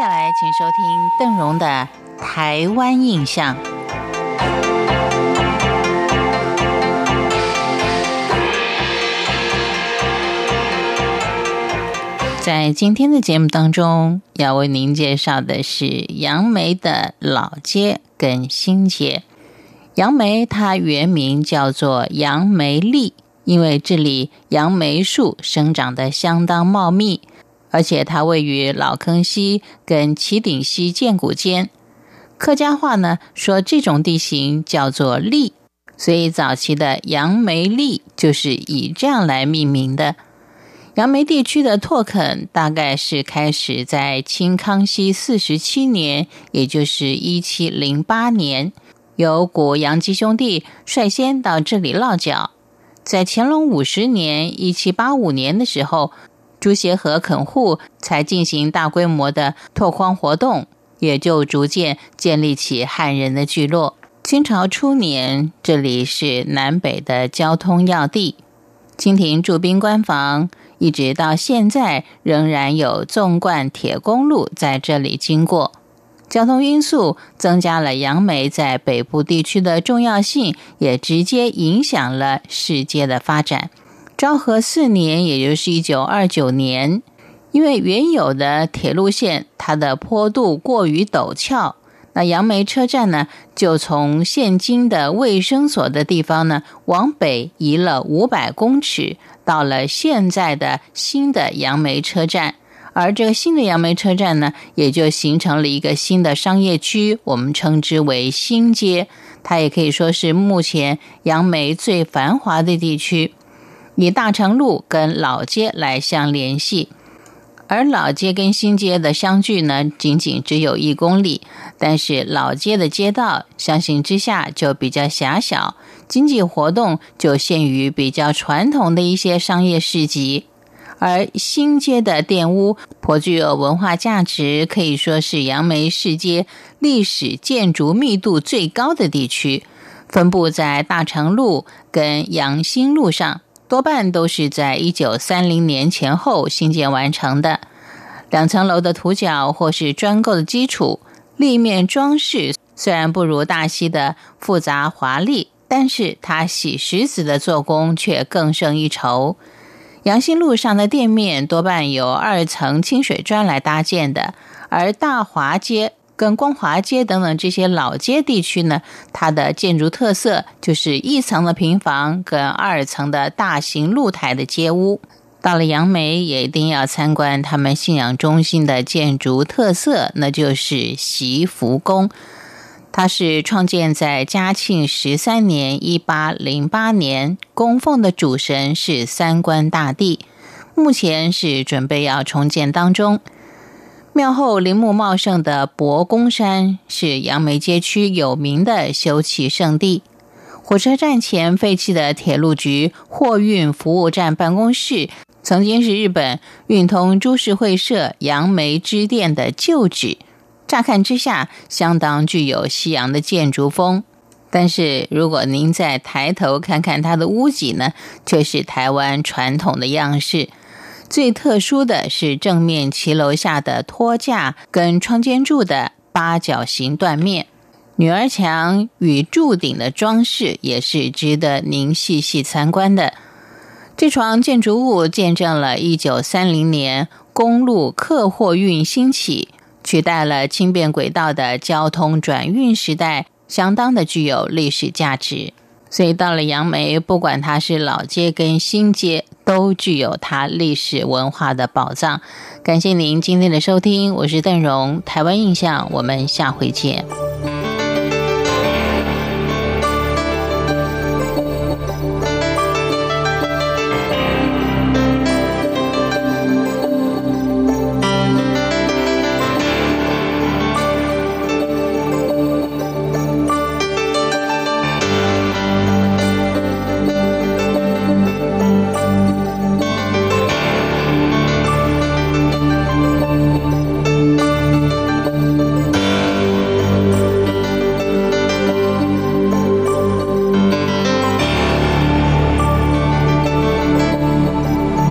下来请收听邓荣的台湾印象。在今天的节目当中，要为您介绍的是杨梅的老街跟新街。杨梅它原名叫做杨梅利，因为这里杨梅树生长得相当茂密，而且它位于老坑溪跟旗顶溪涧谷间。客家话呢说这种地形叫做利，所以早期的杨梅利就是以这样来命名的。杨梅地区的拓垦大概是开始在清康熙47年，也就是1708年，由古杨基兄弟率先到这里落脚。在乾隆50年1785年的时候，朱协和垦户才进行大规模的拓荒活动，也就逐渐建立起汉人的聚落。清朝初年，这里是南北的交通要地，清廷驻兵关防，一直到现在仍然有纵贯铁公路在这里经过。交通因素增加了杨梅在北部地区的重要性，也直接影响了市街的发展。昭和4年，也就是1929年，因为原有的铁路线它的坡度过于陡峭，那杨梅车站呢就从现今的卫生所的地方呢往北移了500公尺，到了现在的新的杨梅车站。而这个新的杨梅车站呢，也就形成了一个新的商业区，我们称之为新街。它也可以说是目前杨梅最繁华的地区，以大成路跟老街来相联系。而老街跟新街的相距呢，仅仅只有1公里，但是老街的街道相形之下就比较狭小，经济活动就限于比较传统的一些商业市集。而新街的店屋颇具有文化价值，可以说是杨梅市街历史建筑密度最高的地区，分布在大成路跟杨新路上，多半都是在1930年前后兴建完成的。2层楼的土角或是砖构的基础，立面装饰虽然不如大溪的复杂华丽，但是它洗石子的做工却更胜一筹。杨新路上的店面多半由2层清水砖来搭建的，而大华街跟光华街等等这些老街地区呢，它的建筑特色就是1层的平房跟2层的大型露台的街屋。到了杨梅也一定要参观他们信仰中心的建筑特色，那就是习福宫。它是创建在嘉庆13年1808年，供奉的主神是三官大帝，目前是准备要重建当中。庙后林木茂盛的博公山是杨梅街区有名的休憩胜地。火车站前废弃的铁路局货运服务站办公室，曾经是日本运通株式会社杨梅支店的旧址，乍看之下相当具有西洋的建筑风，但是如果您再抬头看看它的屋脊呢，却是台湾传统的样式。最特殊的是正面骑楼下的托架跟窗间柱的8角形断面，女儿墙与柱顶的装饰也是值得您细细参观的。这幢建筑物见证了1930年公路客货运兴起，取代了轻便轨道的交通转运时代，相当的具有历史价值。所以到了杨梅，不管它是老街跟新街，都具有它历史文化的宝藏。感谢您今天的收听，我是邓荣，台湾印象，我们下回见。